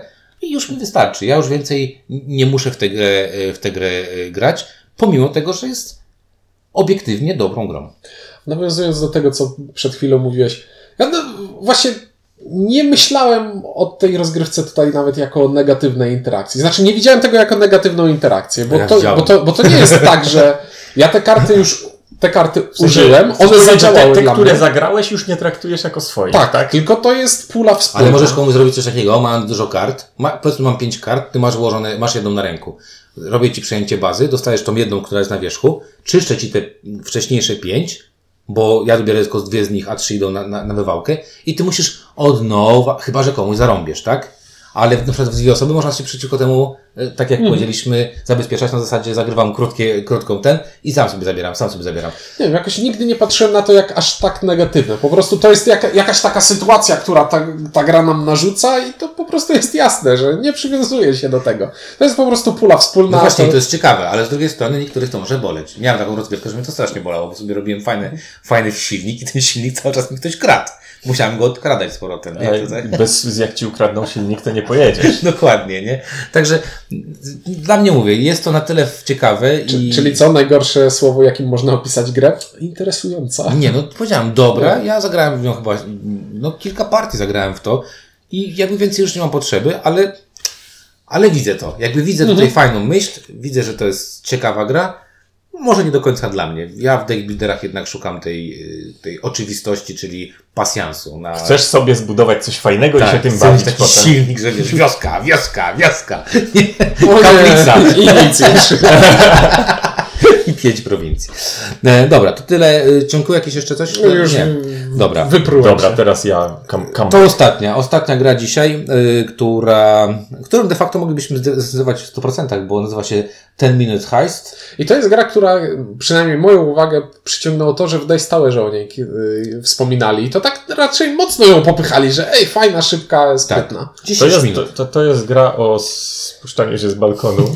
i już mi wystarczy. Ja już więcej nie muszę w tę grę grać, pomimo tego, że jest obiektywnie dobrą grą. Nawiązując do tego, co przed chwilą mówiłeś, ja właśnie nie myślałem o tej rozgrywce tutaj nawet jako o negatywnej interakcji. Znaczy nie widziałem tego jako negatywną interakcję, bo to nie jest tak, że ja te karty użyłem, one zadziałały te które zagrałeś, już nie traktujesz jako swoje. Tak, tylko to jest pula wspólna. Ale możesz komuś zrobić coś takiego, mam dużo kart, powiedzmy mam 5 kart, ty masz jedną na ręku. Robię ci przejęcie bazy, dostajesz tą jedną, która jest na wierzchu, czyszczę ci te wcześniejsze 5, bo ja biorę tylko 2 z nich, a 3 idą na wywałkę i ty musisz od nowa, chyba że komuś zarąbiesz, tak? Ale na przykład w 2 osoby można się przeciwko temu, tak jak powiedzieliśmy, zabezpieczać na zasadzie zagrywam krótką i sam sobie zabieram. Nie wiem, jakoś nigdy nie patrzyłem na to jak aż tak negatywne. Po prostu to jest jakaś taka sytuacja, która ta gra nam narzuca i to po prostu jest jasne, że nie przywiązuje się do tego. To jest po prostu pula wspólna. No właśnie, to jest ciekawe, ale z drugiej strony niektórych to może boleć. Miałem taką rozgrywkę, że mnie to strasznie bolało, bo sobie robiłem fajny silnik i ten silnik cały czas mi ktoś kradł. Musiałem go odkradać z powrotem. Jak ci ukradną silnik, to nie pojedziesz. Dokładnie, nie? Także dla mnie mówię, jest to na tyle ciekawe. Czyli co? Najgorsze słowo, jakim można opisać grę? Interesująca. Nie, no powiedziałem, dobra. Ja zagrałem w nią chyba, kilka partii zagrałem w to i jakby więcej już nie mam potrzeby, ale widzę to. Jakby widzę tutaj fajną myśl, widzę, że to jest ciekawa gra. Może nie do końca dla mnie. Ja w deckbuilderach jednak szukam tej oczywistości, czyli pasjansu. Chcesz sobie zbudować coś fajnego i się tym bawić taki potem. silnik, że wiesz, wioska. Kaplica. I nic już. I 5 prowincji. Dobra, to tyle. Ciągu jakieś jeszcze coś? Już nie. Dobra. Dobra, teraz ja. To ostatnia gra dzisiaj, którą de facto moglibyśmy zdecydować w 100%, bo nazywa się 10 Minute Heist. I to jest gra, która przynajmniej moją uwagę przyciągnęło to, że w Dice Towerze o niej wspominali. I to tak raczej mocno ją popychali, że fajna, szybka, sprytna. Tak. To jest gra o spuszczaniu się z balkonu.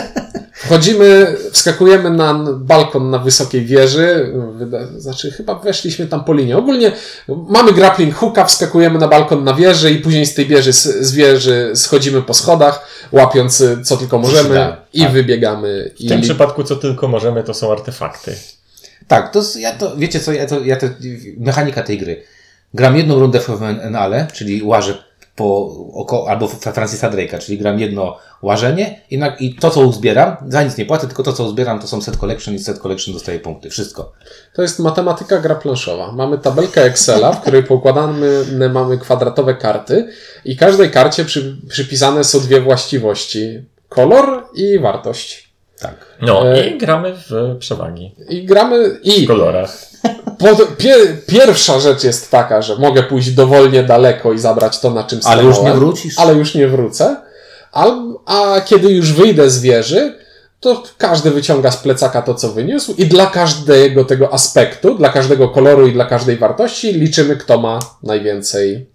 Wskakujemy na balkon na wysokiej wieży, znaczy chyba weszliśmy tam po linie. Ogólnie mamy grappling hooka, wskakujemy na balkon na wieży i później z tej wieży schodzimy po schodach, łapiąc co tylko możemy i wybiegamy. W tym przypadku co tylko możemy, to są artefakty. Tak, wiecie co, mechanika tej gry. Gram jedną rundę w finale, czyli łażę albo Francisa Drake'a, czyli gram jedno łażenie i to, co uzbieram, za nic nie płacę, tylko to, co uzbieram, to są set collection i set collection dostaje punkty. Wszystko. To jest matematyka gra planszowa. Mamy tabelkę Excela, w której poukładane mamy kwadratowe karty i każdej karcie przypisane są 2 właściwości. Kolor i wartość. Tak. I gramy w przewagi. W kolorach. Pierwsza rzecz jest taka, że mogę pójść dowolnie daleko i zabrać to, na czym stanąłem. Ale już nie wrócisz. Ale już nie wrócę. A kiedy już wyjdę z wieży, to każdy wyciąga z plecaka to, co wyniósł i dla każdego tego aspektu, dla każdego koloru i dla każdej wartości liczymy, kto ma najwięcej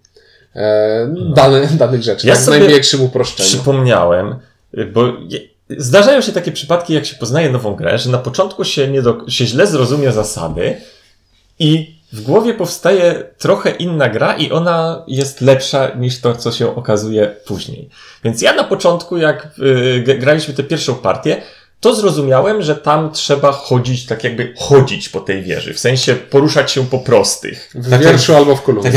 danych rzeczy. Ja w największym uproszczeniu. Przypomniałem, bo zdarzają się takie przypadki, jak się poznaje nową grę, że na początku się źle zrozumie zasady i w głowie powstaje trochę inna gra i ona jest lepsza niż to, co się okazuje później. Więc ja na początku, jak graliśmy tę pierwszą partię, to zrozumiałem, że tam trzeba chodzić po tej wieży. W sensie poruszać się po prostych. W wierszu albo w kolumnie.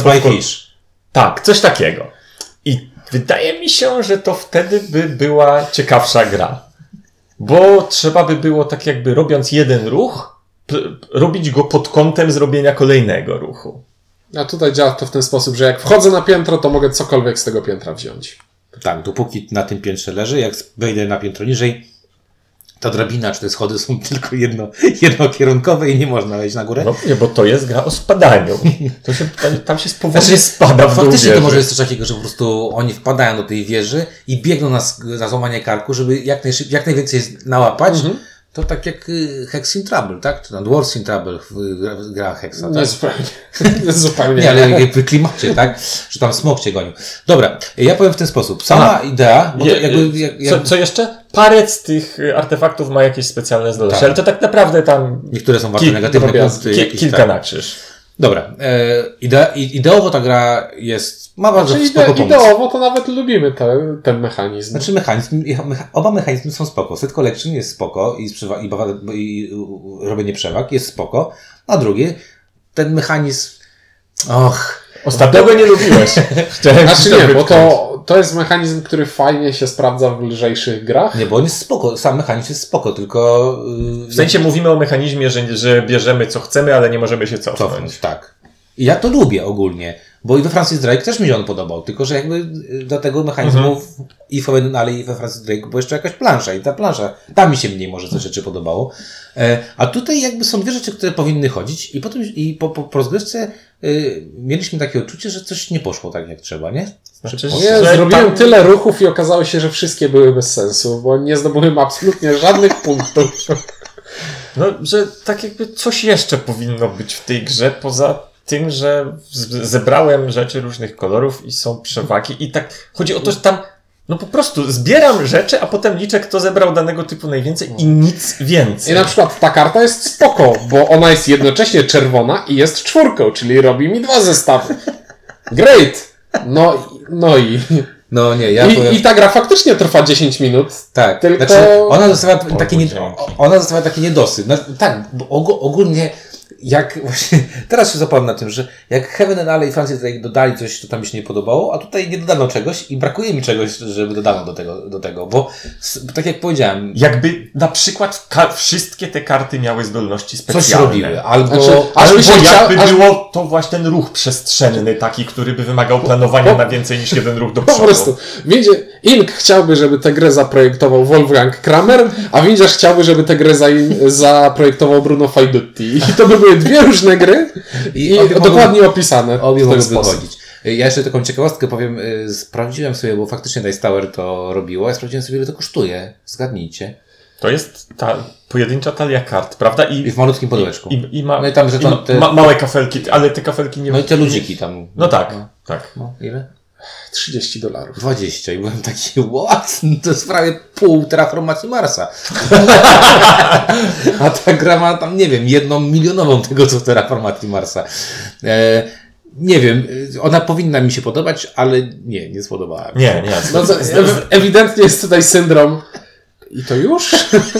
Tak, coś takiego. I wydaje mi się, że to wtedy by była ciekawsza gra. Bo trzeba by było tak jakby robiąc jeden ruch, robić go pod kątem zrobienia kolejnego ruchu. A tutaj działa to w ten sposób, że jak wchodzę na piętro, to mogę cokolwiek z tego piętra wziąć. Tak, dopóki na tym piętrze leży, jak wejdę na piętro niżej, ta drabina czy te schody są tylko jednokierunkowe i nie można wejść na górę. No nie, bo to jest gra o spadaniu. Tam się powoli spada w dół faktycznie wieży. to może jest coś takiego, że po prostu oni wpadają do tej wieży i biegną na złamanie karku, żeby jak najwięcej nałapać. To tak jak Hex in Trouble, tak? Czy tam Dwarfs in Trouble w grach Hexa, tak? Nie, zupełnie. Nie, ale w klimacie, tak? Że tam smok cię gonił. Dobra, ja powiem w ten sposób. Sama idea... Bo to Co jeszcze? Parę z tych artefaktów ma jakieś specjalne zdolności, tak. ale to tak naprawdę tam... Niektóre są bardzo negatywne punkty. Kilka na krzyż. Dobra. Ideowo ta gra ma bardzo Znaczy, spoko pomysł. ideowo to nawet lubimy ten mechanizm. Znaczy oba mechanizmy są spoko. Set collection jest spoko i robienie przewag jest spoko. A drugie, ten mechanizm... Tego nie lubiłeś. Znaczy nie, bo to jest mechanizm, który fajnie się sprawdza w lżejszych grach. Nie, bo on jest spoko. Sam mechanizm jest spoko, tylko... W sensie mówimy o mechanizmie, że bierzemy co chcemy, ale nie możemy się cofnąć. Tak. I ja to lubię ogólnie. Bo i we Francis Drake też mi się on podobał, tylko że jakby do tego mechanizmu i w Forbidden Alley i we Francis Drake była jeszcze jakaś plansza i ta plansza, tam mi się mniej może coś rzeczy podobało. A tutaj jakby są dwie rzeczy, które powinny chodzić i potem po rozgrywce mieliśmy takie odczucie, że coś nie poszło tak jak trzeba, nie? Znaczy, zrobiłem tyle ruchów i okazało się, że wszystkie były bez sensu, bo nie zdobyłem absolutnie żadnych punktów. No, że tak jakby coś jeszcze powinno być w tej grze, poza tym, że zebrałem rzeczy różnych kolorów i są przewagi i tak chodzi o to, że tam no po prostu zbieram rzeczy, a potem liczę, kto zebrał danego typu najwięcej i nic więcej. I na przykład ta karta jest spoko, bo ona jest jednocześnie czerwona i jest 4, czyli robi mi 2 zestawy. Great! No i ta gra faktycznie trwa 10 minut. Tak, tylko... znaczy ona zostawia taki niedosyt. No, tak, bo ogólnie jak właśnie, teraz się zapomnę na tym, że jak Heaven and Alley i Francis Drake dodali coś, to tam mi się nie podobało, a tutaj nie dodano czegoś i brakuje mi czegoś, żeby dodano do tego, bo tak jak powiedziałem... Jakby na przykład wszystkie te karty miały zdolności specjalne. Coś robiły, albo było to właśnie ten ruch przestrzenny taki, który by wymagał planowania na więcej niż jeden ruch do przodu. Po prostu. Ink chciałby, żeby tę grę zaprojektował Wolfgang Kramer, a Windziarz chciałby, żeby tę grę zaprojektował Bruno Faidutti. I to by były dwie różne gry i dokładnie opisane. Obie mogły wychodzić. Ja jeszcze taką ciekawostkę powiem. Sprawdziłem sobie, bo faktycznie Dice Tower to robiło. Ja sprawdziłem sobie, ile to kosztuje. Zgadnijcie. To jest ta pojedyncza talia kart, prawda? I w malutkim pudełeczku. No i tam małe kafelki, ale te kafelki nie... No i te ludziki tam. No tak, tak. No, ile? $30. 20 i byłem taki, what? To jest prawie pół terraformacji Marsa. A ta gra ma tam, nie wiem, 1 milionową tego, co w terraformacji Marsa. Nie wiem, ona powinna mi się podobać, ale nie spodobała mi się. Nie. No, ewidentnie jest tutaj syndrom. I to już?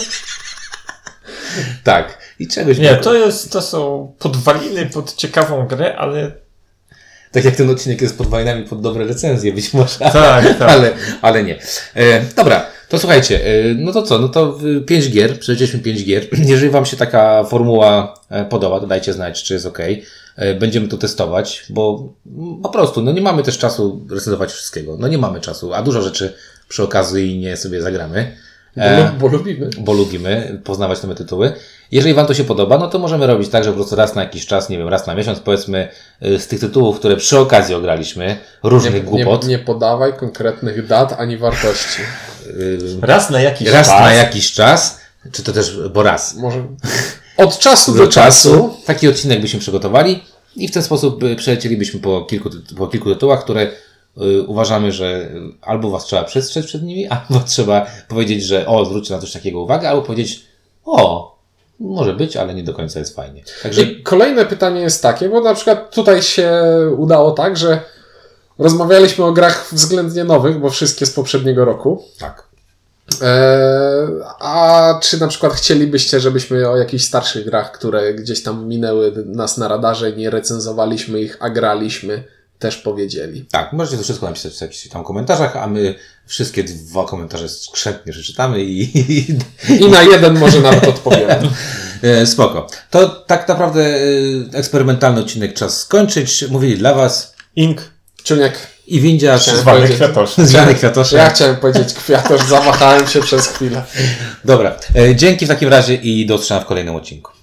Tak. I czegoś nie, to są podwaliny pod ciekawą grę, ale... Tak jak ten odcinek jest podwajnami pod dobre recenzje, być może. Tak. Ale nie. Dobra, to słuchajcie, no to co? No to 5 gier, przejdziemy 5 gier. Jeżeli wam się taka formuła podoba, to dajcie znać, czy jest ok. Będziemy to testować, bo po prostu, no nie mamy też czasu recenzować wszystkiego. No nie mamy czasu, a dużo rzeczy przy okazji nie sobie zagramy. Bo lubimy poznawać nowe tytuły. Jeżeli wam to się podoba, no to możemy robić tak, że po prostu raz na jakiś czas, nie wiem, raz na miesiąc, powiedzmy, z tych tytułów, które przy okazji ograliśmy, różnych głupot. Nie podawaj konkretnych dat ani wartości. Raz na jakiś czas. Czy to też, bo raz. Może od czasu do czasu. Taki odcinek byśmy przygotowali i w ten sposób przelecielibyśmy po kilku tytułach, które uważamy, że albo was trzeba przestrzec przed nimi, albo trzeba powiedzieć, że zwróćcie na coś takiego uwagę, albo powiedzieć, może być, ale nie do końca jest fajnie. Także... I kolejne pytanie jest takie, bo na przykład tutaj się udało tak, że rozmawialiśmy o grach względnie nowych, bo wszystkie z poprzedniego roku. Tak. A czy na przykład chcielibyście, żebyśmy o jakichś starszych grach, które gdzieś tam minęły nas na radarze, nie recenzowaliśmy ich, a graliśmy, też powiedzieli. Tak, możecie to wszystko napisać w jakichś tam komentarzach, a my wszystkie 2 komentarze skrzętnie przeczytamy i na jeden może nawet odpowiemy. Spoko. To tak naprawdę eksperymentalny odcinek czas skończyć. Mówili dla was Ink, Czuniek i Windziarz. Zwany Kwiatosz. Ja chciałem powiedzieć Kwiatosz, zawahałem się przez chwilę. Dobra, dzięki w takim razie i do usłyszenia w kolejnym odcinku.